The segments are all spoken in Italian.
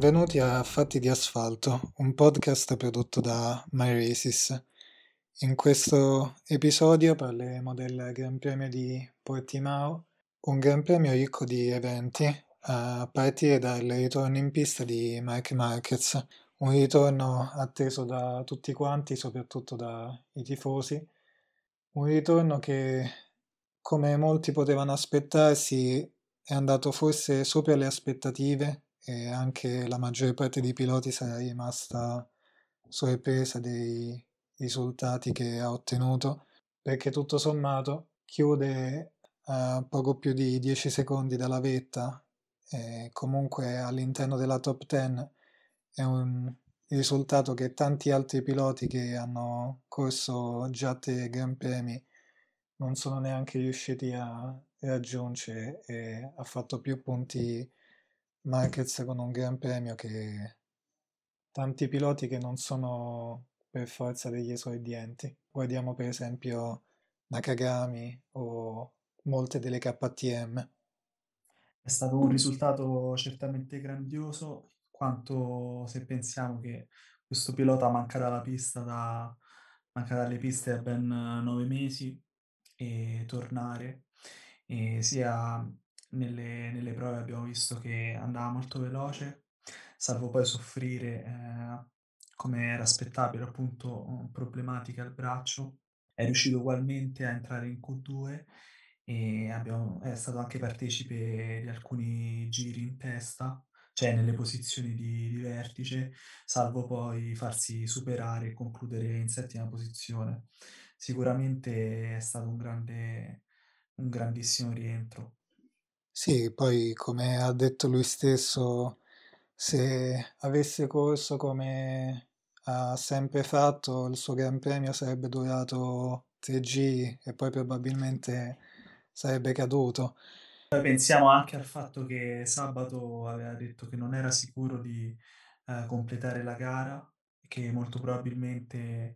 Benvenuti a Fatti di Asfalto, un podcast prodotto da MyRaces. In questo episodio parleremo del Gran Premio di Portimao, un Gran Premio ricco di eventi, a partire dal ritorno in pista di Marc Marquez, un ritorno atteso da tutti quanti, soprattutto dai tifosi, un ritorno che, come molti potevano aspettarsi, è andato forse sopra le aspettative e anche la maggior parte dei piloti sarà rimasta sorpresa dei risultati che ha ottenuto, perché tutto sommato chiude a poco più di 10 secondi dalla vetta e comunque all'interno della top 10 è un risultato che tanti altri piloti che hanno corso già 3 Gran Premi non sono neanche riusciti a raggiungere e ha fatto più punti Marquez con un Gran Premio che tanti piloti che non sono per forza degli esordienti. Guardiamo per esempio Nakagami o molte delle KTM. È stato un risultato certamente grandioso, quanto se pensiamo che questo pilota manca dalle piste da ben 9 mesi e tornare, e sia nelle prove abbiamo visto che andava molto veloce, salvo poi soffrire, come era aspettabile, appunto, problematiche al braccio. È riuscito ugualmente a entrare in Q2 e è stato anche partecipe di alcuni giri in testa, cioè nelle posizioni di vertice, salvo poi farsi superare e concludere in settima posizione. Sicuramente è stato un grandissimo rientro. Sì, poi come ha detto lui stesso, se avesse corso come ha sempre fatto, il suo Gran Premio sarebbe durato 3 giri e poi probabilmente sarebbe caduto. Poi pensiamo anche al fatto che sabato aveva detto che non era sicuro di completare la gara, che molto probabilmente,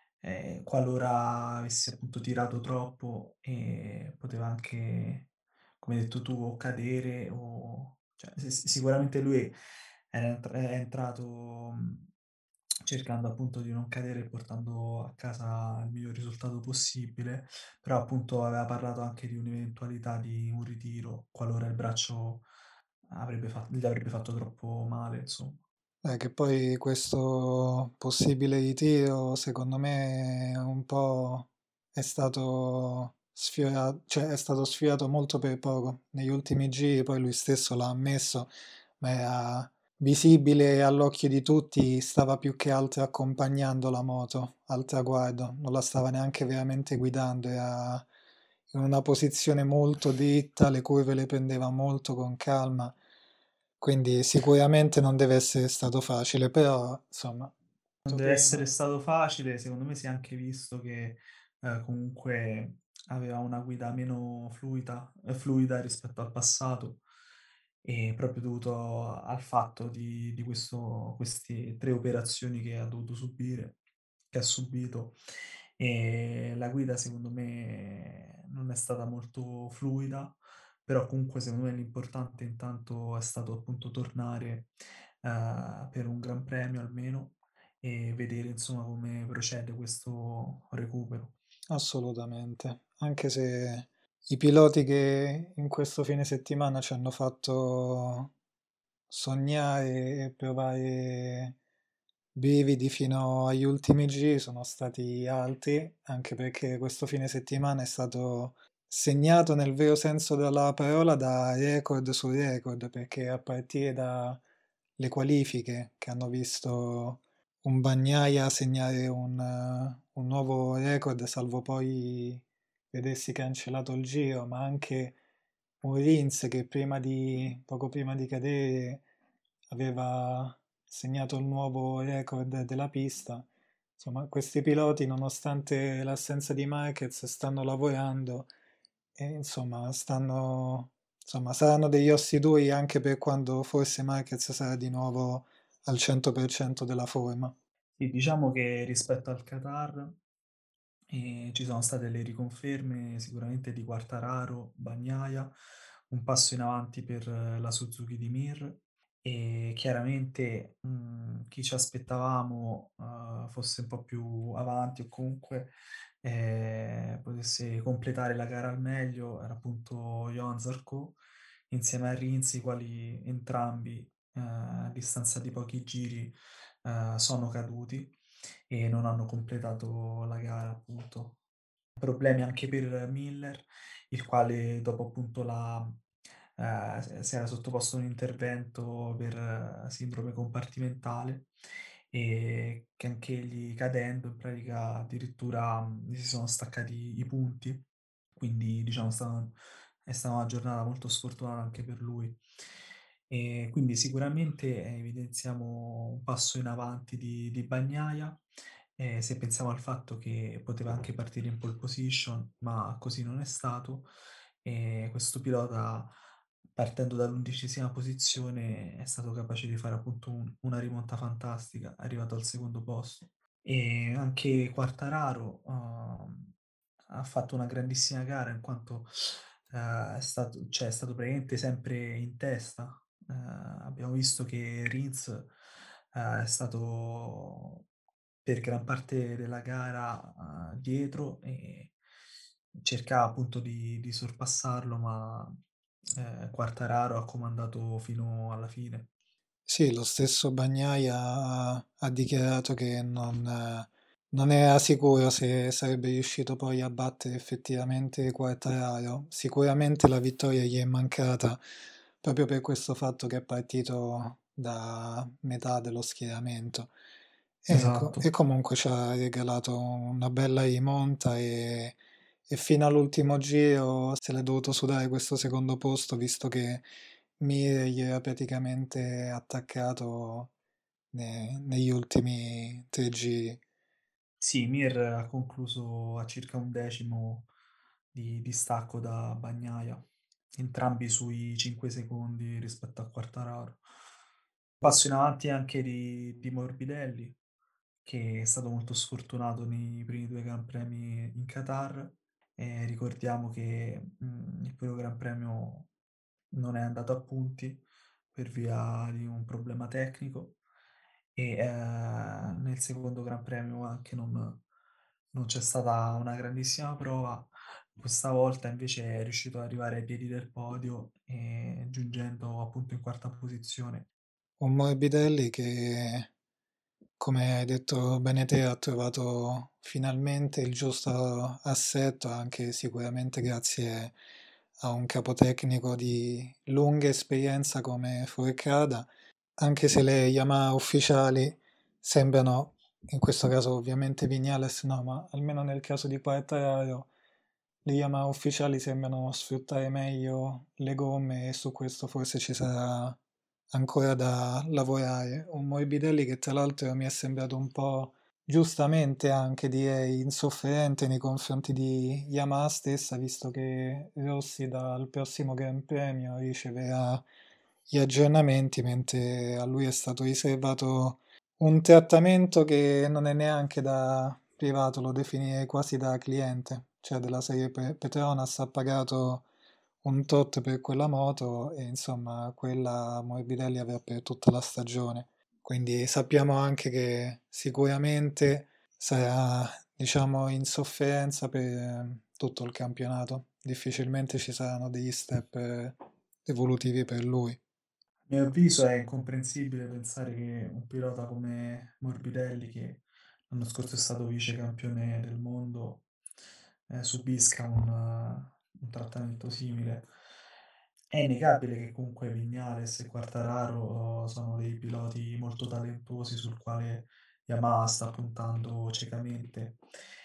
qualora avesse appunto tirato troppo, poteva anche, come hai detto tu, o cadere o cioè sicuramente lui è entrato, cercando appunto di non cadere e portando a casa il miglior risultato possibile, però appunto aveva parlato anche di un'eventualità di un ritiro, qualora il braccio gli avrebbe fatto troppo male, insomma. Che poi questo possibile ritiro, secondo me, un po' è stato sfiorato, cioè è stato sfiorato molto per poco. Negli ultimi giri, poi lui stesso l'ha ammesso, ma era visibile all'occhio di tutti, stava più che altro accompagnando la moto al traguardo, non la stava neanche veramente guidando, era in una posizione molto dritta, le curve le prendeva molto con calma, quindi sicuramente non deve essere stato facile, però insomma, Non detto deve essere prima, stato facile, secondo me si è anche visto che, comunque aveva una guida meno fluida rispetto al passato, e proprio dovuto al fatto di queste 3 operazioni che ha dovuto subire che ha subito, e la guida secondo me non è stata molto fluida, però comunque secondo me l'importante intanto è stato appunto tornare, per un gran premio almeno, e vedere insomma come procede questo recupero. assolutamente, anche se i piloti che in questo fine settimana ci hanno fatto sognare e provare brividi fino agli ultimi giri sono stati altri, anche perché questo fine settimana è stato segnato nel vero senso della parola da record su record, perché a partire dalle qualifiche che hanno visto un Bagnaia segnare un nuovo record, salvo poi vedersi cancellato il giro, ma anche un Rins che poco prima di cadere aveva segnato il nuovo record della pista. Insomma, questi piloti, nonostante l'assenza di Marquez, stanno lavorando e insomma, insomma, saranno degli ossi duri anche per quando forse Marquez sarà di nuovo al 100% della forma. Sì, diciamo che rispetto al Qatar, ci sono state le riconferme sicuramente di Quartararo, Bagnaia, un passo in avanti per la Suzuki di Mir, e chiaramente, chi ci aspettavamo, fosse un po' più avanti o comunque, potesse completare la gara al meglio era appunto Johann Zarco insieme a Rins, i quali entrambi, a distanza di pochi giri, sono caduti e non hanno completato la gara appunto. Problemi anche per Miller, il quale dopo appunto la si era sottoposto a un intervento per sindrome compartimentale, che anch'egli cadendo in pratica addirittura, gli si sono staccati i punti, quindi diciamo è stata una giornata molto sfortunata anche per lui. Quindi sicuramente, evidenziamo un passo in avanti di Bagnaia, se pensiamo al fatto che poteva anche partire in pole position, ma così non è stato, questo pilota partendo dall'11ª posizione è stato capace di fare appunto una rimonta fantastica, arrivato al secondo posto. E anche Quartararo, ha fatto una grandissima gara in quanto, è stato praticamente sempre in testa. Abbiamo visto che Rins, è stato per gran parte della gara, dietro e cercava appunto di sorpassarlo, ma, Quartararo ha comandato fino alla fine. Sì, lo stesso Bagnaia ha dichiarato che non era sicuro se sarebbe riuscito poi a battere effettivamente Quartararo. Sicuramente la vittoria gli è mancata proprio per questo fatto che è partito da metà dello schieramento. E Esatto. comunque ci ha regalato una bella rimonta e fino all'ultimo giro se l'è dovuto sudare questo secondo posto, visto che Mir gli era praticamente attaccato negli ultimi 3 giri. Sì, Mir ha concluso a circa un decimo di distacco da Bagnaia, entrambi sui 5 secondi rispetto a Quartararo. Passo in avanti anche di Morbidelli, che è stato molto sfortunato nei primi 2 Gran Premi in Qatar. Ricordiamo che, il primo Gran Premio non è andato a punti per via di un problema tecnico e, nel secondo Gran Premio anche non c'è stata una grandissima prova. Questa volta invece è riuscito ad arrivare ai piedi del podio, giungendo appunto in quarta posizione. Un Morbidelli che, come hai detto bene te, ha trovato finalmente il giusto assetto, anche sicuramente grazie a un capotecnico di lunga esperienza come Forcada, anche se le Yamaha ufficiali sembrano, in questo caso ovviamente Vignales no, ma almeno nel caso di Quartararo, le Yamaha ufficiali sembrano sfruttare meglio le gomme e su questo forse ci sarà ancora da lavorare. Un Morbidelli che tra l'altro mi è sembrato un po' giustamente anche direi insofferente nei confronti di Yamaha stessa, visto che Rossi dal prossimo Gran Premio riceverà gli aggiornamenti, mentre a lui è stato riservato un trattamento che non è neanche da privato, lo definirei quasi da cliente, cioè della serie Petronas ha pagato un tot per quella moto e insomma quella Morbidelli avrà per tutta la stagione. Quindi sappiamo anche che sicuramente sarà, diciamo, in sofferenza per tutto il campionato. Difficilmente ci saranno degli step evolutivi per lui. A mio avviso è incomprensibile pensare che un pilota come Morbidelli, che l'anno scorso è stato vice campione del mondo, subisca un trattamento simile. È innegabile che comunque Vignales e Quartararo sono dei piloti molto talentuosi sul quale Yamaha sta puntando ciecamente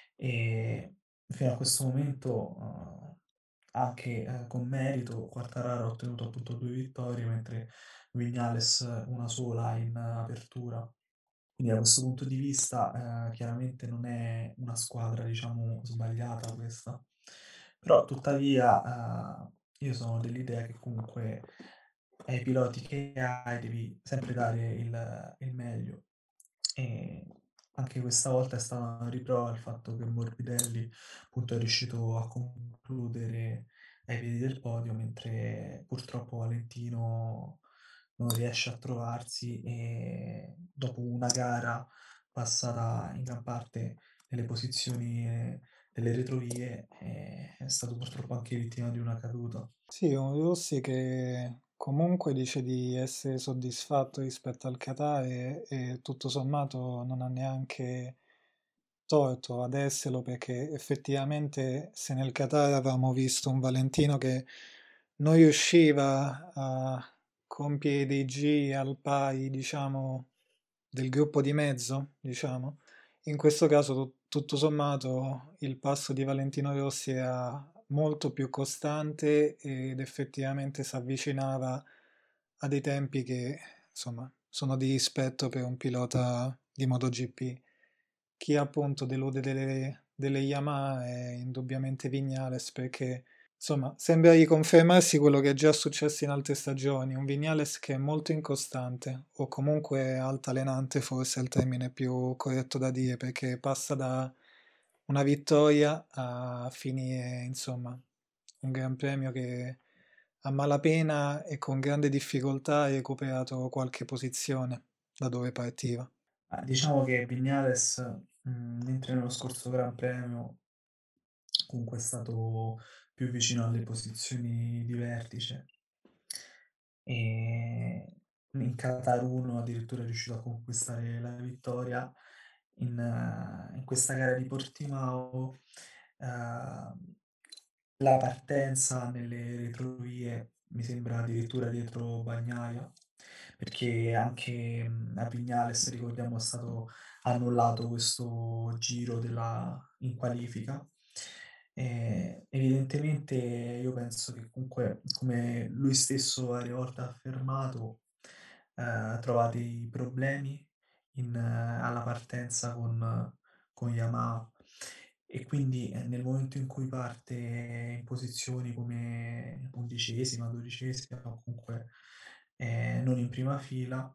e fino a questo momento, anche, con merito, Quartararo ha ottenuto appunto 2 vittorie, mentre Vignales una sola in apertura. Quindi da questo punto di vista, chiaramente non è una squadra, diciamo, sbagliata questa. Però tuttavia, io sono dell'idea che comunque ai piloti che hai devi sempre dare il meglio. E anche questa volta è stata una riprova il fatto che Morbidelli, appunto, è riuscito a concludere ai piedi del podio, mentre purtroppo Valentino non riesce a trovarsi e dopo una gara passata in gran parte nelle posizioni, delle retrovie, è stato purtroppo anche vittima di una caduta. Sì, un Rossi che comunque dice di essere soddisfatto rispetto al Qatar e tutto sommato non ha neanche torto ad esserlo perché effettivamente se nel Qatar avevamo visto un Valentino che non riusciva a compiere dei giri al pari, diciamo, del gruppo di mezzo, diciamo, in questo caso tutto sommato il passo di Valentino Rossi era molto più costante ed effettivamente si avvicinava a dei tempi che insomma sono di rispetto per un pilota di MotoGP. Chi appunto delude delle Yamaha è indubbiamente Vignales perché insomma sembra riconfermarsi quello che è già successo in altre stagioni, un Vignales che è molto incostante o comunque altalenante forse è il termine più corretto da dire perché passa da una vittoria a finire insomma un gran premio che a malapena e con grande difficoltà ha recuperato qualche posizione da dove partiva. Diciamo che Vignales, mentre nello scorso Gran Premio comunque è stato più vicino alle posizioni di vertice. In Qatar 1 addirittura è riuscito a conquistare la vittoria. In questa gara di Portimao, ehm, la partenza nelle retrovie mi sembra addirittura dietro Bagnaia, perché anche, a Vignales ricordiamo è stato annullato questo giro in qualifica. Evidentemente io penso che comunque, come lui stesso varie volte ha affermato, trova dei problemi alla partenza con Yamaha e quindi, nel momento in cui parte in posizioni come 11ª, 12ª o comunque, non in prima fila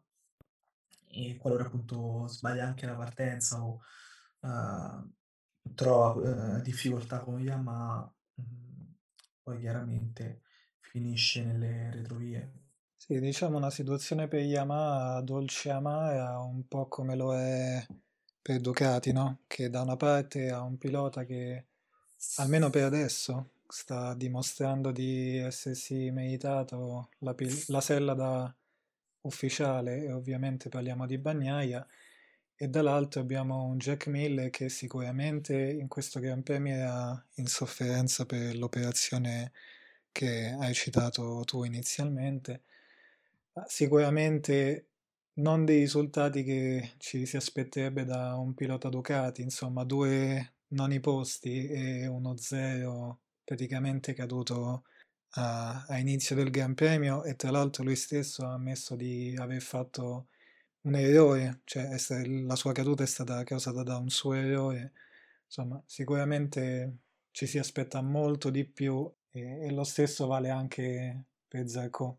e qualora appunto sbaglia anche la partenza o, uhm, trova, difficoltà con Yamaha, poi chiaramente finisce nelle retrovie. Sì, diciamo una situazione per Yamaha dolce amara, un po' come lo è per Ducati, no? Che da una parte ha un pilota che, almeno per adesso, sta dimostrando di essersi meritato la sella da ufficiale, e ovviamente parliamo di Bagnaia, e dall'altro abbiamo un Jack Miller che sicuramente in questo Gran Premio era in sofferenza per l'operazione che hai citato tu inizialmente, ma sicuramente non dei risultati che ci si aspetterebbe da un pilota Ducati, insomma, due noni posti e uno zero praticamente caduto a inizio del Gran Premio e tra l'altro lui stesso ha ammesso di aver fatto un errore, cioè la sua caduta è stata causata da un suo errore. Insomma, sicuramente ci si aspetta molto di più e lo stesso vale anche per Zarco.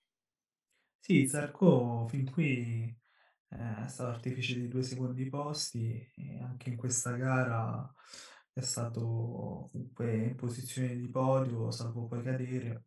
Sì, Zarco fin qui, è stato artefice di 2 secondi posti e anche in questa gara è stato comunque in posizione di podio, salvo poi cadere.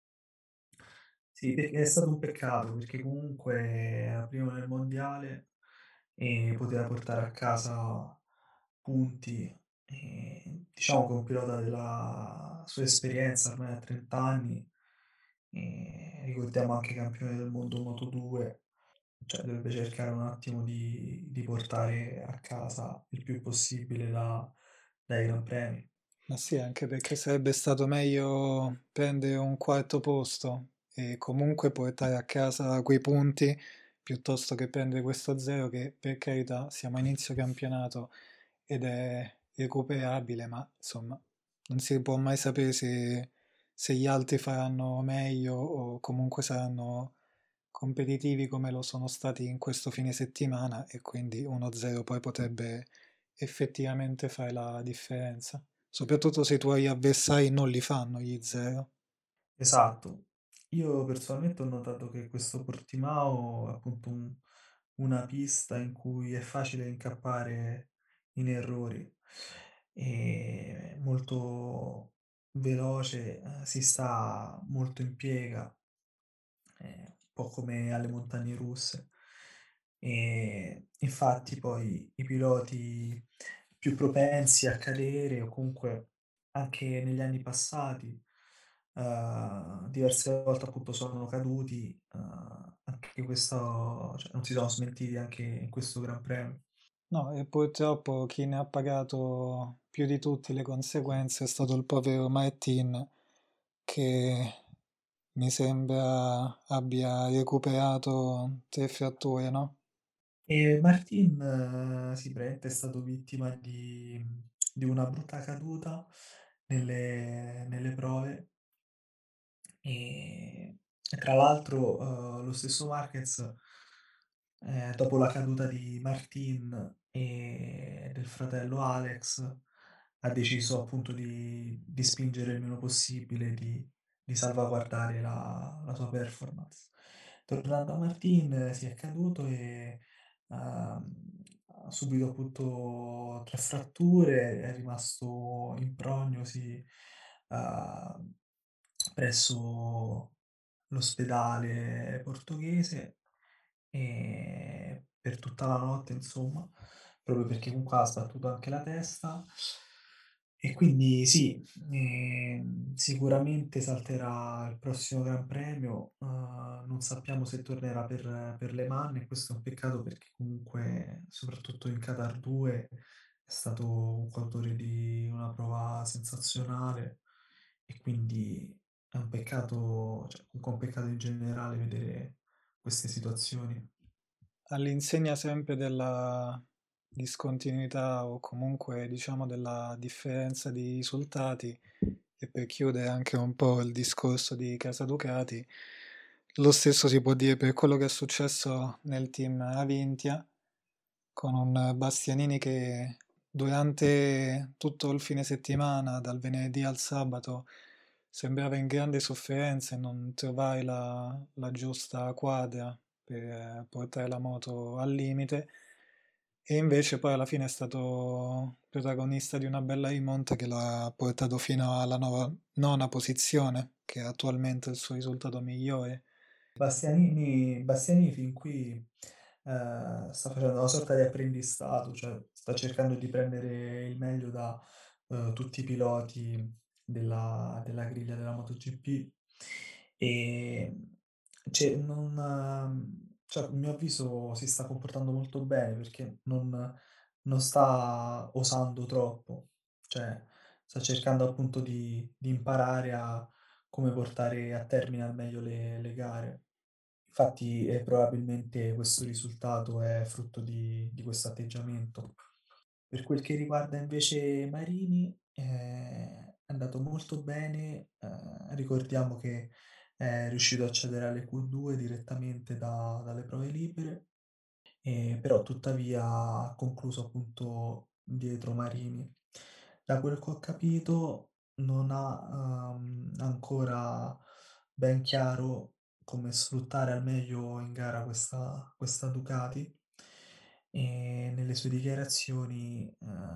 Sì, perché è stato un peccato, perché comunque era primo nel mondiale e poteva portare a casa punti. Diciamo che un pilota della sua esperienza, ormai ha 30 anni, ricordiamo anche campione del mondo Moto2, cioè dovrebbe cercare un attimo di portare a casa il più possibile dai Gran Premi. Ma sì, anche perché sarebbe stato meglio prendere un quarto posto e comunque portare a casa quei punti piuttosto che prendere questo zero che per carità siamo a inizio campionato ed è recuperabile, ma insomma non si può mai sapere se gli altri faranno meglio o comunque saranno competitivi come lo sono stati in questo fine settimana e quindi 1-0 poi potrebbe effettivamente fare la differenza, soprattutto se i tuoi avversari non li fanno gli 0. Esatto. Io personalmente ho notato che questo Portimao è appunto una pista in cui è facile incappare in errori. Molto veloce, si sta molto in piega. po' come alle montagne russe. Infatti poi i piloti più propensi a cadere o comunque anche negli anni passati, diverse volte appunto sono caduti, anche questo cioè non si sono smentiti anche in questo Gran Premio. No, e purtroppo chi ne ha pagato più di tutti le conseguenze è stato il povero Martin, che mi sembra abbia recuperato 3 fratture, no? E Martin, sì, praticamente è stato vittima di una brutta caduta nelle prove e tra l'altro, lo stesso Marquez, dopo la caduta di Martin e del fratello Alex, ha deciso appunto di spingere il meno possibile, di salvaguardare la sua performance. Tornando a Martin, si è caduto e ha subito appunto 3 fratture, è rimasto in prognosi, uhm, presso l'ospedale portoghese, per tutta la notte insomma, proprio perché comunque ha sbattuto anche la testa. E quindi sì, sicuramente salterà il prossimo Gran Premio, non sappiamo se tornerà per Le Mans e questo è un peccato perché comunque, soprattutto in Qatar 2, è stato un coautore di una prova sensazionale e quindi è un peccato, cioè comunque un peccato in generale vedere queste situazioni. All'insegna sempre della discontinuità o comunque diciamo della differenza di risultati e per chiudere anche un po' il discorso di Casa Ducati, lo stesso si può dire per quello che è successo nel team Avintia con un Bastianini che durante tutto il fine settimana, dal venerdì al sabato, sembrava in grande sofferenza e non trovare la giusta quadra per portare la moto al limite. E invece poi alla fine è stato protagonista di una bella rimonta che lo ha portato fino alla nona posizione, che è attualmente il suo risultato migliore. Bastianini fin qui, sta facendo una sorta di apprendistato, cioè sta cercando di prendere il meglio da, tutti i piloti della griglia della MotoGP. Cioè cioè a mio avviso si sta comportando molto bene perché non sta osando troppo, cioè sta cercando appunto di imparare a come portare a termine al meglio le gare. Infatti, probabilmente questo risultato è frutto di questo atteggiamento. Per quel che riguarda invece Marini, è andato molto bene, ricordiamo che è riuscito a accedere alle Q2 direttamente dalle prove libere, però tuttavia ha concluso appunto dietro Marini. Da quel che ho capito non ha, ancora ben chiaro come sfruttare al meglio in gara questa Ducati e nelle sue dichiarazioni,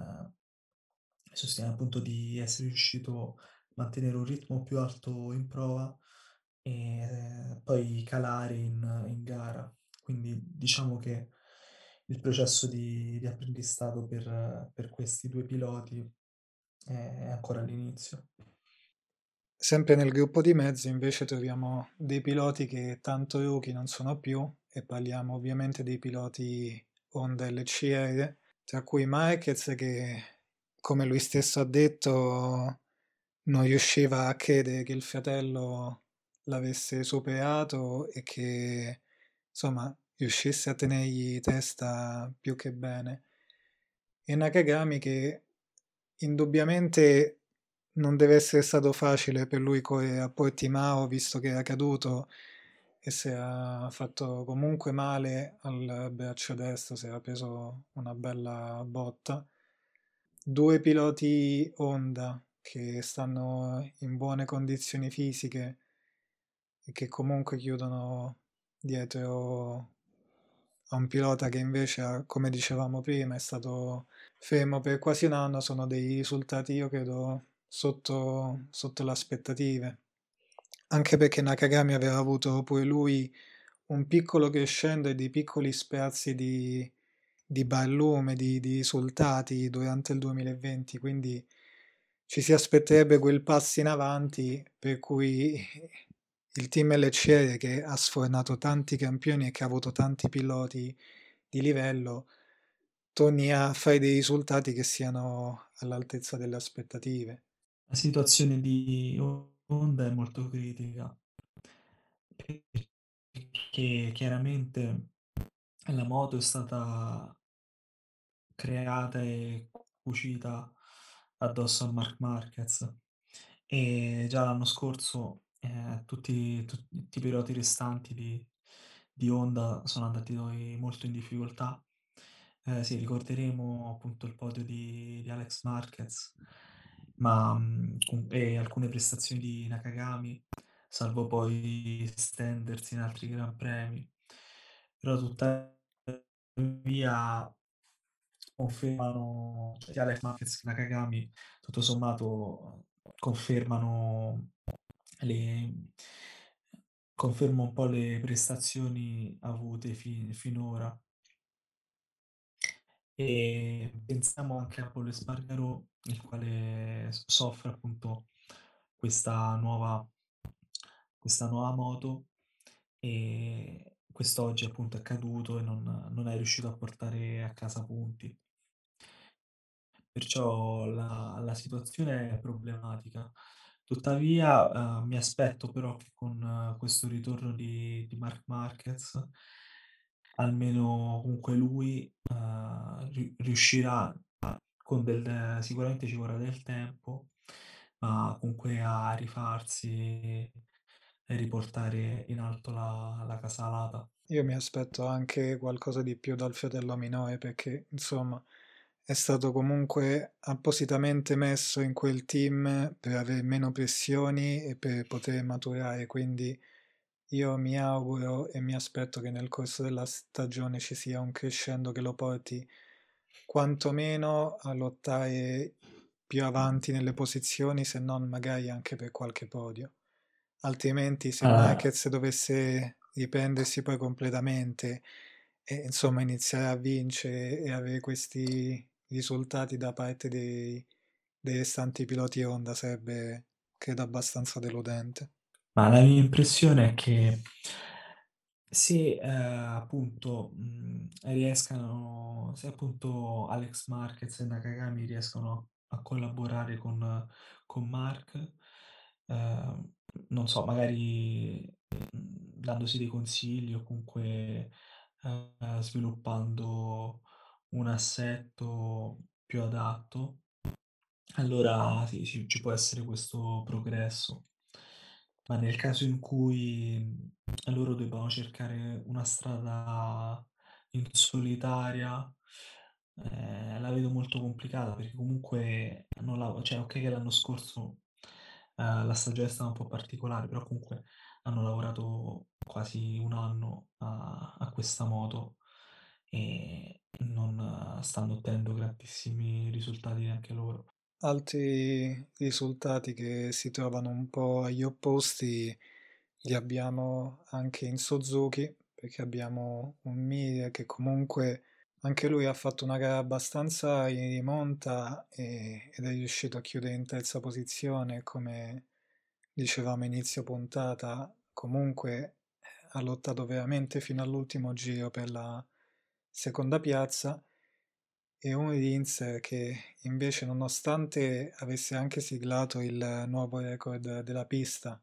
sostiene appunto di essere riuscito a mantenere un ritmo più alto in prova e poi calare in gara. Quindi diciamo che il processo di apprendistato per questi 2 piloti è ancora all'inizio. Sempre nel gruppo di mezzo invece troviamo dei piloti che tanto rookie non sono più, e parliamo ovviamente dei piloti Honda LCR, tra cui Marquez che, come lui stesso ha detto, non riusciva a credere che il fratello l'avesse superato e che, insomma, riuscisse a tenergli testa più che bene. E Nakagami che indubbiamente non deve essere stato facile per lui correre a Portimao visto che era caduto e si era fatto comunque male al braccio destro, si era preso una bella botta. Due piloti Honda che stanno in buone condizioni fisiche e che comunque chiudono dietro a un pilota che invece, come dicevamo prima, è stato fermo per quasi un anno, sono dei risultati, io credo, sotto le aspettative. Anche perché Nakagami aveva avuto pure lui un piccolo crescendo e di piccoli sprazzi di barlume, di risultati durante il 2020, quindi ci si aspetterebbe quel passo in avanti per cui il team LCR che ha sfornato tanti campioni e che ha avuto tanti piloti di livello torni a fare dei risultati che siano all'altezza delle aspettative. La situazione di Honda è molto critica, perché chiaramente la moto è stata creata e cucita addosso a Marc Marquez. E già l'anno scorso, tutti i piloti restanti di Honda sono andati molto in difficoltà. Sì, ricorderemo appunto il podio di Alex Marquez, ma, e alcune prestazioni di Nakagami, salvo poi stendersi in altri gran premi. Però tuttavia confermano, cioè sia Alex Marquez che Nakagami, tutto sommato confermano le conferma un po' le prestazioni avute finora. E pensiamo anche a Paul Espargaro, il quale soffre appunto questa nuova questa nuova moto, e quest'oggi appunto è caduto e non è riuscito a portare a casa punti. Perciò la situazione è problematica. Tuttavia, mi aspetto però che con questo ritorno di Marc Marquez, almeno comunque lui, riuscirà con sicuramente ci vorrà del tempo, ma comunque a rifarsi e riportare in alto la casalata. Io mi aspetto anche qualcosa di più dal fratello minore perché, insomma, è stato comunque appositamente messo in quel team per avere meno pressioni e per poter maturare, quindi io mi auguro e mi aspetto che nel corso della stagione ci sia un crescendo che lo porti quantomeno a lottare più avanti nelle posizioni, se non magari anche per qualche podio. Altrimenti, se Ah, Marquez dovesse riprendersi poi completamente e insomma iniziare a vincere e avere questi risultati da parte dei restanti piloti Honda, sarebbe credo abbastanza deludente. ma la mia impressione è che se, appunto, se appunto Alex Marquez e Nakagami riescono a collaborare con Marc, ehm, non so, magari, dandosi dei consigli o comunque, sviluppando un assetto più adatto, allora sì, ci può essere questo progresso. Ma nel caso in cui, loro debbano cercare una strada in solitaria, la vedo molto complicata perché comunque non la cioè okay che l'anno scorso, la stagione è stata un po' particolare, però comunque hanno lavorato quasi 1 anno a questa moto e non stanno ottenendo grandissimi risultati neanche loro. Altri risultati che si trovano un po' agli opposti li abbiamo anche in Suzuki, perché abbiamo un Mir che comunque anche lui ha fatto una gara abbastanza in rimonta ed è riuscito a chiudere in terza posizione, come dicevamo inizio puntata, comunque ha lottato veramente fino all'ultimo giro per la seconda piazza e un Rins che invece nonostante avesse anche siglato il nuovo record della pista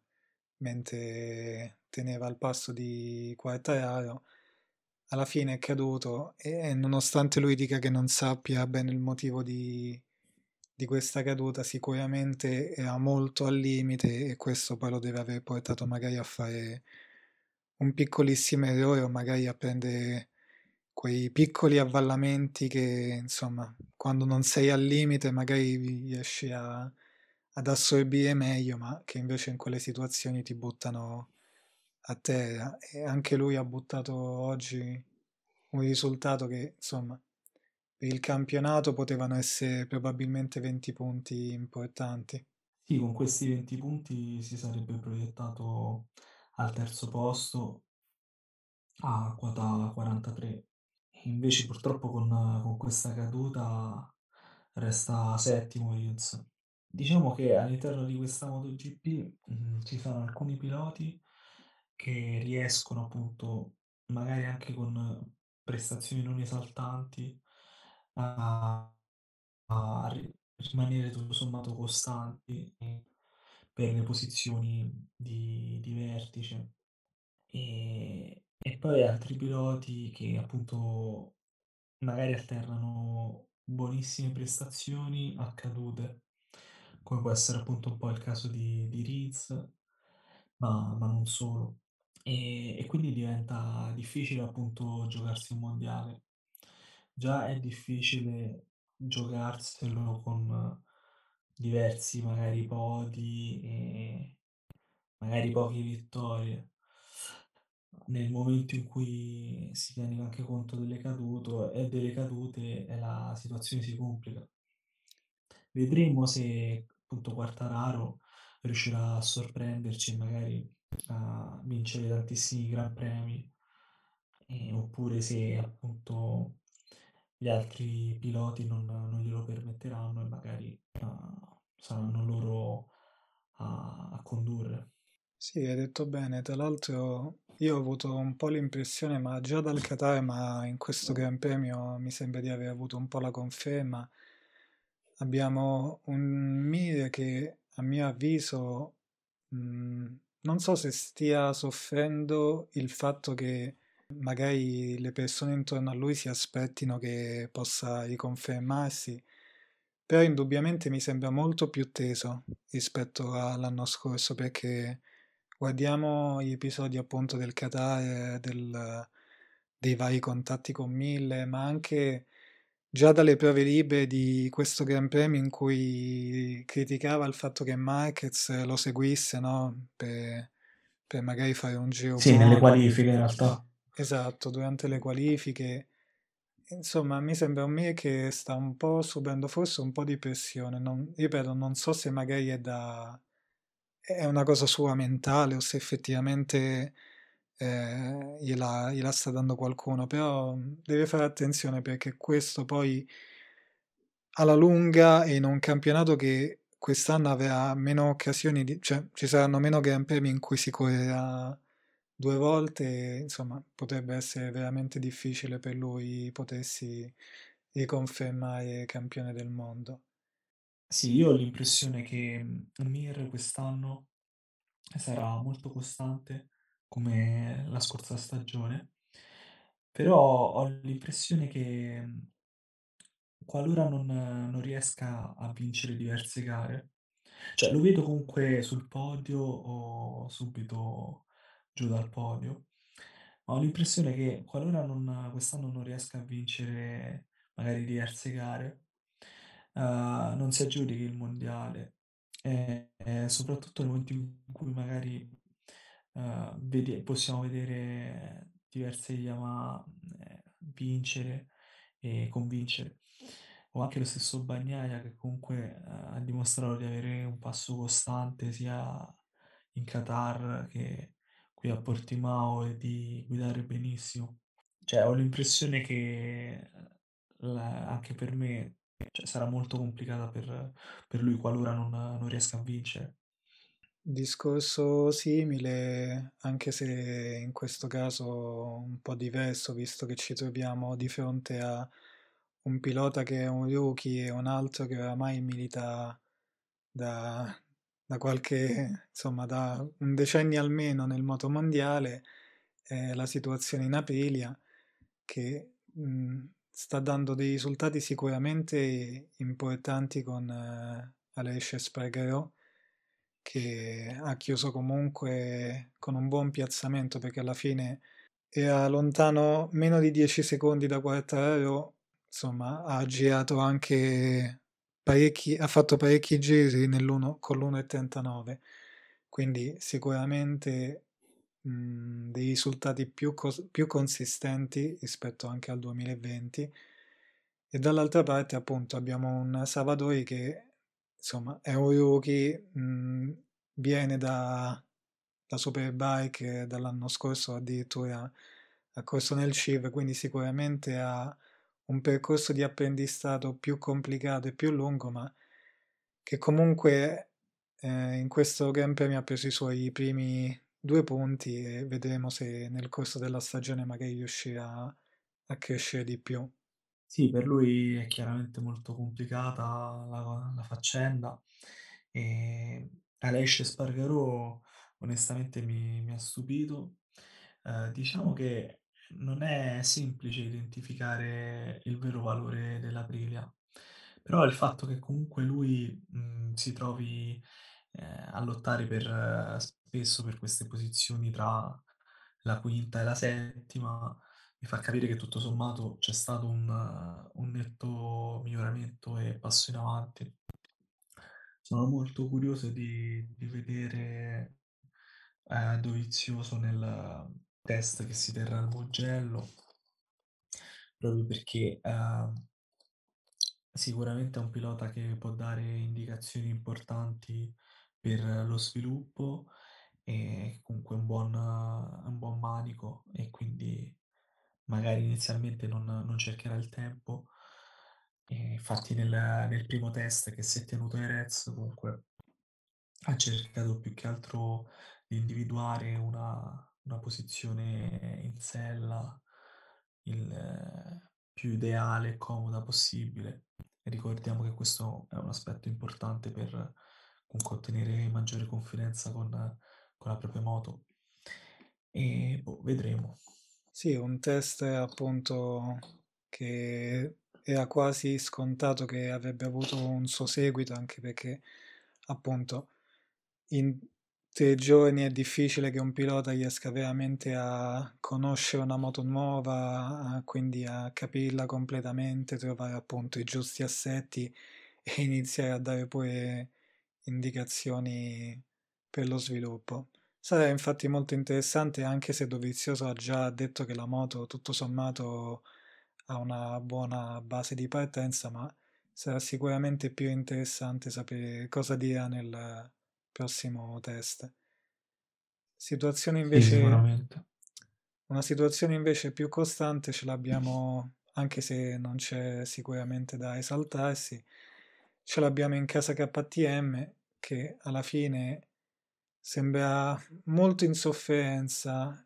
mentre teneva il passo di Quartararo, alla fine è caduto e nonostante lui dica che non sappia bene il motivo di questa caduta, sicuramente era molto al limite e questo poi lo deve aver portato magari a fare un piccolissimo errore o magari a prendere quei piccoli avvallamenti che, insomma, quando non sei al limite magari riesci ad assorbire meglio, ma che invece in quelle situazioni ti buttano a terra. E anche lui ha buttato oggi un risultato che, insomma, per il campionato potevano essere probabilmente 20 punti importanti. Sì, con questi 20 punti si sarebbe proiettato al terzo posto a quota 43. Invece purtroppo con questa caduta resta settimo Riens. Diciamo che all'interno di questa MotoGP ci sono alcuni piloti che riescono appunto, magari anche con prestazioni non esaltanti, a, rimanere tutto sommato costanti per le posizioni di vertice. E poi altri piloti che appunto magari alternano buonissime prestazioni a cadute, come può essere appunto un po' il caso di Riz, ma non solo. E quindi diventa difficile appunto giocarsi un mondiale. Già è difficile giocarselo con diversi magari podi e magari poche vittorie. Nel momento in cui si tiene anche conto delle cadute e la situazione si complica. Vedremo se appunto Quartararo riuscirà a sorprenderci e magari a vincere tantissimi gran premi, oppure se appunto gli altri piloti non glielo permetteranno e magari saranno loro a condurre. Sì, hai detto bene. Tra l'altro io ho avuto un po' l'impressione, ma già dal Qatar, ma in questo Gran Premio mi sembra di aver avuto un po' la conferma. Abbiamo un Mir che a mio avviso mh, non so se stia soffrendo il fatto che magari le persone intorno a lui si aspettino che possa riconfermarsi, però indubbiamente mi sembra molto più teso rispetto all'anno scorso perché guardiamo gli episodi appunto del Qatar, dei vari contatti con Mille, ma anche già dalle prove libere di questo Gran Premio in cui criticava il fatto che Marquez lo seguisse, no? Per magari fare un giro Sì, nelle buono. qualifiche in realtà. Esatto, durante le qualifiche. Insomma, mi sembra a me che sta un po' subendo forse un po' di pressione. Ripeto, non so se magari è una cosa sua mentale o se effettivamente gliela sta dando qualcuno, però deve fare attenzione perché questo poi alla lunga e in un campionato che quest'anno avrà meno occasioni, cioè ci saranno meno Gran Premi in cui si correrà due volte, insomma, potrebbe essere veramente difficile per lui potersi riconfermare campione del mondo. Sì, io ho l'impressione che Mir quest'anno sarà molto costante come la scorsa stagione, però ho l'impressione che qualora non riesca a vincere diverse gare, cioè lo vedo comunque sul podio o subito giù dal podio, ma ho l'impressione che qualora quest'anno non riesca a vincere magari diverse gare, non si aggiudichi il mondiale. E soprattutto nel momento in cui magari possiamo vedere diverse Yamaha vincere e convincere. O anche lo stesso Bagnaia che comunque ha dimostrato di avere un passo costante sia in Qatar che qui a Portimao e di guidare benissimo. Cioè, ho l'impressione che anche per me cioè, sarà molto complicata per lui qualora non riesca a vincere. Discorso simile, anche se in questo caso un po' diverso, visto che ci troviamo di fronte a un pilota che è un rookie e un altro che oramai milita da, da qualche, insomma, da un decennio almeno nel motomondiale, è la situazione in Aprilia che sta dando dei risultati sicuramente importanti con Aleix Espargaró che ha chiuso comunque con un buon piazzamento perché alla fine era lontano meno di 10 secondi da Quartararo, insomma ha girato anche parecchi, ha fatto parecchi giri con l'1,39, quindi sicuramente dei risultati più consistenti rispetto anche al 2020 e dall'altra parte appunto abbiamo un Savadori che insomma è un rookie, viene da Superbike dall'anno scorso addirittura ha corso nel CIV, quindi sicuramente ha un percorso di apprendistato più complicato e più lungo, ma che comunque in questo Gran Premio ha preso i suoi primi 2 punti e vedremo se nel corso della stagione magari riuscirà a crescere di più. Sì, per lui è chiaramente molto complicata la faccenda. Aleix Espargarò onestamente mi ha stupito. Diciamo che non è semplice identificare il vero valore dell'Aprilia, però il fatto che comunque lui, si trovi, a lottare spesso per queste posizioni tra la quinta e la settima, mi fa capire che tutto sommato c'è stato un netto miglioramento e passo in avanti. Sono molto curioso di vedere, Dovizioso nel test che si terrà al Mugello, proprio perché, sicuramente è un pilota che può dare indicazioni importanti per lo sviluppo e comunque è un buon manico e quindi magari inizialmente non cercherà il tempo. E infatti nel primo test che si è tenuto a Jerez comunque ha cercato più che altro di individuare una posizione in sella più ideale e comoda possibile. E ricordiamo che questo è un aspetto importante per comunque ottenere maggiore confidenza con la propria moto. E boh, vedremo. Sì, un test appunto che era quasi scontato che avrebbe avuto un suo seguito, anche perché appunto in 3 giorni è difficile che un pilota riesca veramente a conoscere una moto nuova, quindi a capirla completamente, trovare appunto i giusti assetti e iniziare a dare pure indicazioni per lo sviluppo. Sarà infatti molto interessante, anche se Dovizioso ha già detto che la moto tutto sommato ha una buona base di partenza, ma sarà sicuramente più interessante sapere cosa dirà nel prossimo test. Situazione Sì, invece, sicuramente. una situazione invece più costante ce l'abbiamo, anche se non c'è sicuramente da esaltarsi, ce l'abbiamo in casa KTM che alla fine sembra molto in sofferenza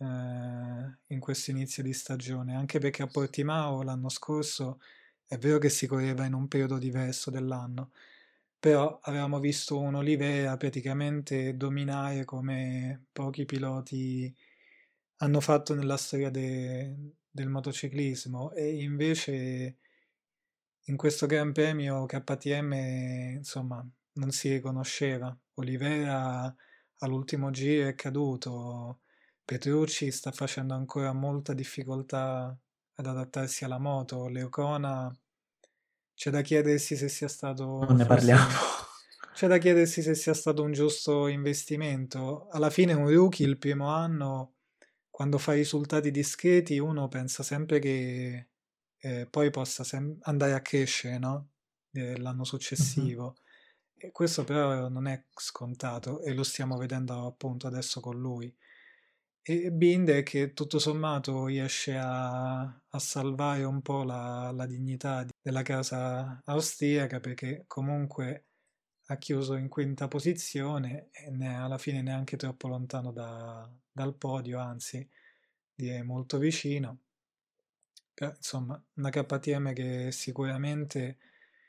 in questo inizio di stagione, anche perché a Portimao l'anno scorso è vero che si correva in un periodo diverso dell'anno, però avevamo visto un Oliveira praticamente dominare come pochi piloti hanno fatto nella storia del motociclismo e invece in questo Gran Premio KTM insomma non si riconosceva. Oliveira all'ultimo giro è caduto, Petrucci sta facendo ancora molta difficoltà ad adattarsi alla moto, Leocona c'è da chiedersi se sia stato Non ne parliamo. forse c'è da chiedersi se sia stato un giusto investimento. Alla fine un rookie il primo anno, quando fa risultati discreti, uno pensa sempre che poi possa andare a crescere, no? L'anno Mh-mh. successivo. E questo però non è scontato e lo stiamo vedendo appunto adesso con lui. E Binder che tutto sommato riesce a salvare un po' la dignità della casa austriaca perché comunque ha chiuso in quinta posizione e alla fine neanche troppo lontano dal podio, anzi direi molto vicino. Però, insomma, una KTM che sicuramente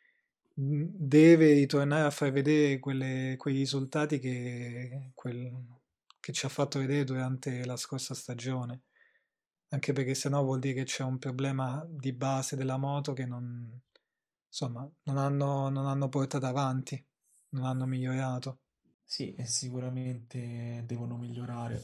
deve ritornare a far vedere quei risultati che ci ha fatto vedere durante la scorsa stagione. Anche perché sennò vuol dire che c'è un problema di base della moto che non, insomma, non hanno portato avanti, non hanno migliorato. Sì, e sicuramente devono migliorare,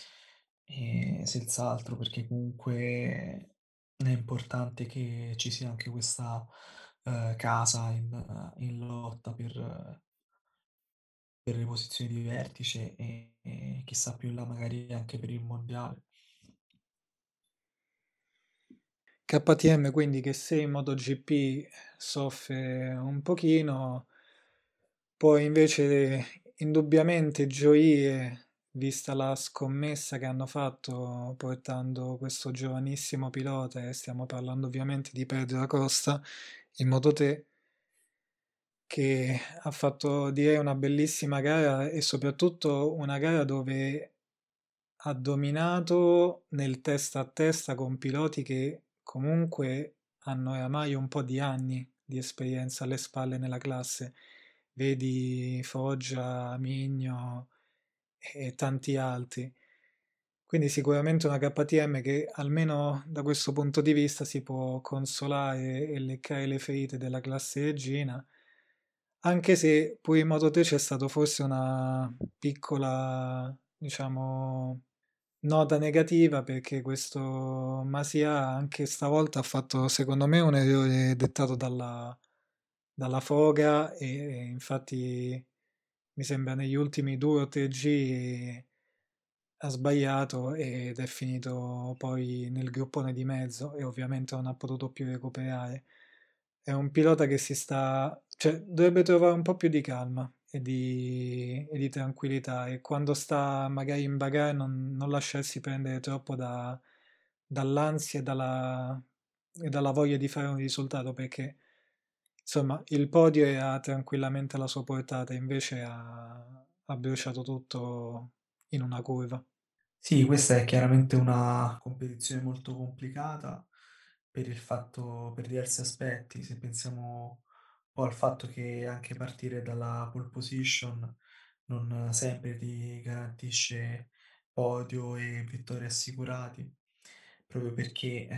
senz'altro, perché comunque è importante che ci sia anche questa, casa in lotta per le posizioni di vertice e chissà più in là magari anche per il mondiale. KTM quindi che se in MotoGP soffre un pochino, può invece indubbiamente gioire vista la scommessa che hanno fatto portando questo giovanissimo pilota, e stiamo parlando ovviamente di Pedro Acosta, in Moto3, che ha fatto direi una bellissima gara e soprattutto una gara dove ha dominato nel testa a testa con piloti che comunque hanno oramai un po' di anni di esperienza alle spalle nella classe. Vedi Foggia, Migno e tanti altri. Quindi sicuramente una KTM che almeno da questo punto di vista si può consolare e leccare le ferite della classe regina, anche se pure in Moto3 c'è stato forse una piccola, diciamo, nota negativa perché questo Masia anche stavolta ha fatto secondo me un errore dettato dalla foga e infatti mi sembra negli ultimi 2 o 3 giri ha sbagliato ed è finito poi nel gruppone di mezzo e ovviamente non ha potuto più recuperare. È un pilota che cioè dovrebbe trovare un po' più di calma e di tranquillità e quando sta magari in bagarre non lasciarsi prendere troppo dall'ansia e dalla voglia di fare un risultato perché insomma il podio era tranquillamente alla sua portata, invece ha bruciato tutto in una curva. Sì, questa è chiaramente una competizione molto complicata per il fatto, per diversi aspetti. Se pensiamo un po' al fatto che anche partire dalla pole position non sempre ti garantisce podio e vittorie assicurati, proprio perché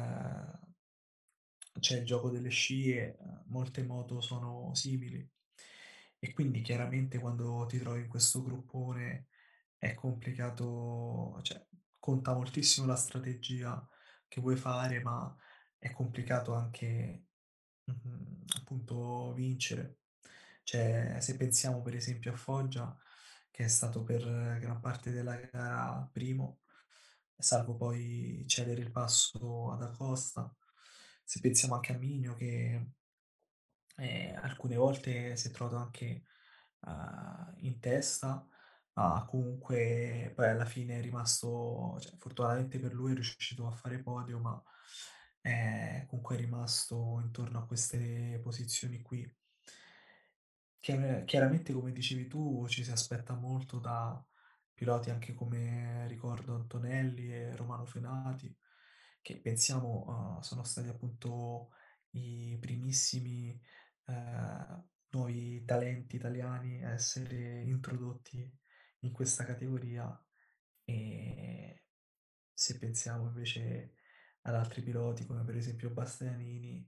c'è il gioco delle sci e molte moto sono simili. E quindi chiaramente quando ti trovi in questo gruppone è complicato, cioè conta moltissimo la strategia che vuoi fare, ma è complicato anche, appunto vincere. Cioè, se pensiamo per esempio a Foggia, che è stato per gran parte della gara primo, salvo poi cedere il passo ad Acosta. Se pensiamo anche a Migno che alcune volte si è trovato anche in testa, ma comunque poi alla fine è rimasto, cioè, fortunatamente per lui è riuscito a fare podio, ma comunque è rimasto intorno a queste posizioni qui. Chiaramente, come dicevi tu, ci si aspetta molto da piloti anche come ricordo Antonelli e Romano Fenati, che pensiamo sono stati appunto i primissimi nuovi talenti italiani a essere introdotti in questa categoria. E se pensiamo invece ad altri piloti come per esempio Bastianini,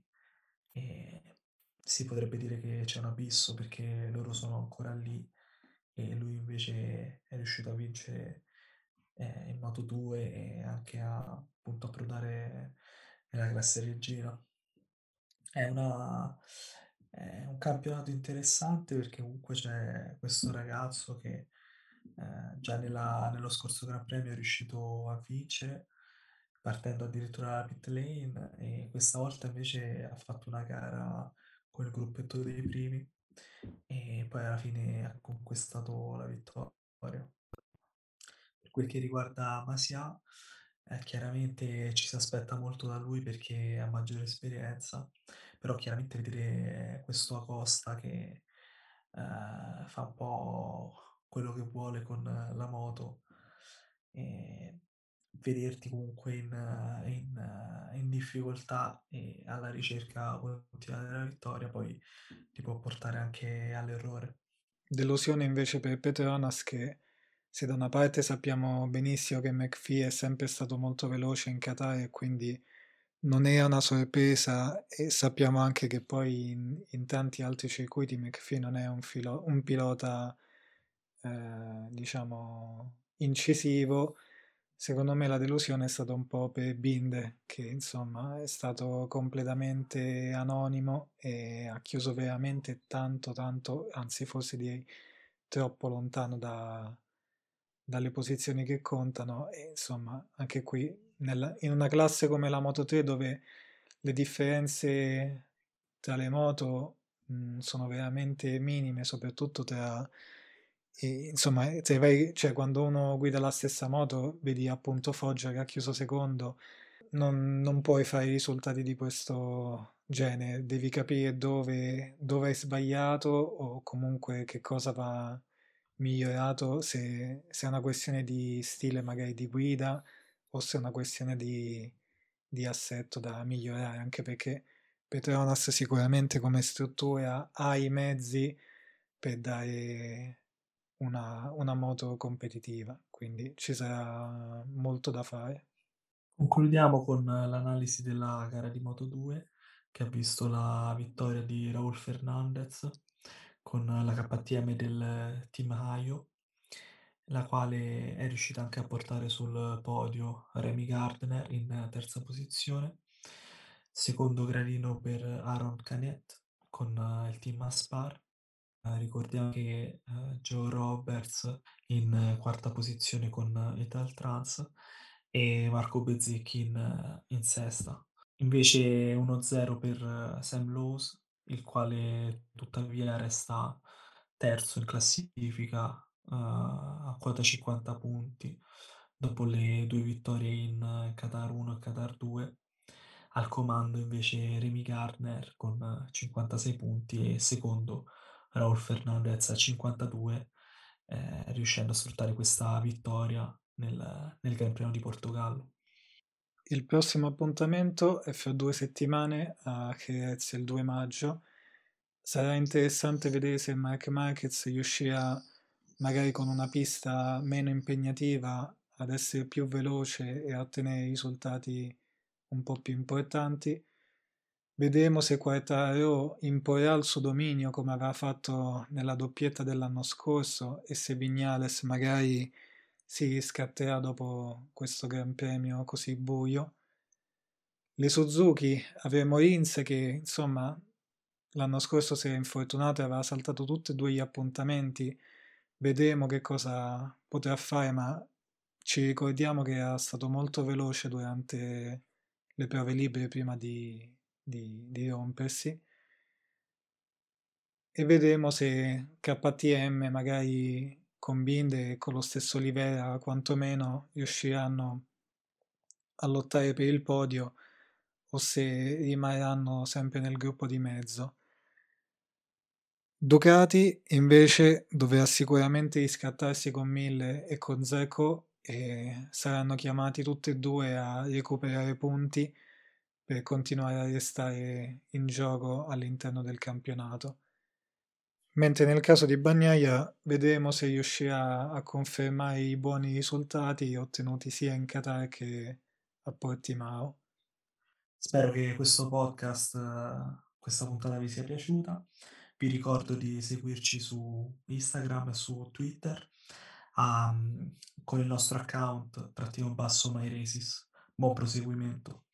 si potrebbe dire che c'è un abisso perché loro sono ancora lì e lui invece è riuscito a vincere in Moto2 e anche a appunto approdare nella classe regina. È è un campionato interessante perché comunque c'è questo ragazzo che già nello scorso Gran Premio è riuscito a vincere, partendo addirittura dalla pit lane, e questa volta invece ha fatto una gara con il gruppetto dei primi e poi alla fine ha conquistato la vittoria. Per quel che riguarda Masia, chiaramente ci si aspetta molto da lui perché ha maggiore esperienza, però chiaramente vedere questo Acosta che fa un po' quello che vuole con la moto e vederti comunque in difficoltà e alla ricerca continua della vittoria poi ti può portare anche all'errore. Delusione invece per Petronas che se da una parte sappiamo benissimo che McPhee è sempre stato molto veloce in Qatar e quindi non è una sorpresa e sappiamo anche che poi in tanti altri circuiti McPhee non è un pilota diciamo incisivo. Secondo me la delusione è stata un po' per Binder, che insomma è stato completamente anonimo e ha chiuso veramente tanto, tanto, anzi forse direi troppo lontano dalle posizioni che contano. E insomma, anche qui in una classe come la Moto3 dove le differenze tra le moto sono veramente minime, soprattutto tra insomma, se vai, cioè, quando uno guida la stessa moto, vedi appunto Foggia che ha chiuso secondo, non puoi fare risultati di questo genere, devi capire dove hai sbagliato o comunque che cosa va migliorato, se è una questione di stile magari di guida o se è una questione di assetto da migliorare, anche perché Petronas sicuramente come struttura ha i mezzi per dare una moto competitiva, quindi ci sarà molto da fare. Concludiamo con l'analisi della gara di Moto2 che ha visto la vittoria di Raúl Fernández con la KTM del team Hayo, la quale è riuscita anche a portare sul podio Remy Gardner in terza posizione, secondo gradino per Aaron Canet con il team Aspar. Ricordiamo che Joe Roberts in quarta posizione con Etal Trans e Marco Bezzecchi in sesta. Invece 1-0 per Sam Lowe, il quale tuttavia resta terzo in classifica a quota 50 punti dopo le due vittorie in Qatar 1 e Qatar 2. Al comando invece Remy Gardner con 56 punti e secondo Raúl Fernández a 52, riuscendo a sfruttare questa vittoria nel Gran Premio di Portogallo. Il prossimo appuntamento è fra 2 settimane a Jerez, il 2 maggio. Sarà interessante vedere se Marc Marquez riuscirà, magari con una pista meno impegnativa, ad essere più veloce e a ottenere risultati un po' più importanti. Vedremo se Quartararo imporrà il suo dominio come aveva fatto nella doppietta dell'anno scorso e se Vignales magari si riscatterà dopo questo Gran Premio così buio. Le Suzuki avremo Rins che insomma l'anno scorso si era infortunato e aveva saltato tutti e due gli appuntamenti. Vedremo che cosa potrà fare, ma ci ricordiamo che era stato molto veloce durante le prove libere prima di rompersi. E vedremo se KTM magari con Binder e con lo stesso Livera quantomeno riusciranno a lottare per il podio o se rimarranno sempre nel gruppo di mezzo. Ducati invece dovrà sicuramente riscattarsi con Miller e con Zarco e saranno chiamati tutti e due a recuperare punti per continuare a restare in gioco all'interno del campionato. Mentre nel caso di Bagnaia vedremo se riuscirà a confermare i buoni risultati ottenuti sia in Qatar che a Portimao. Spero che questo podcast, questa puntata vi sia piaciuta. Vi ricordo di seguirci su Instagram e su Twitter, con il nostro account _MyRaces. Buon proseguimento.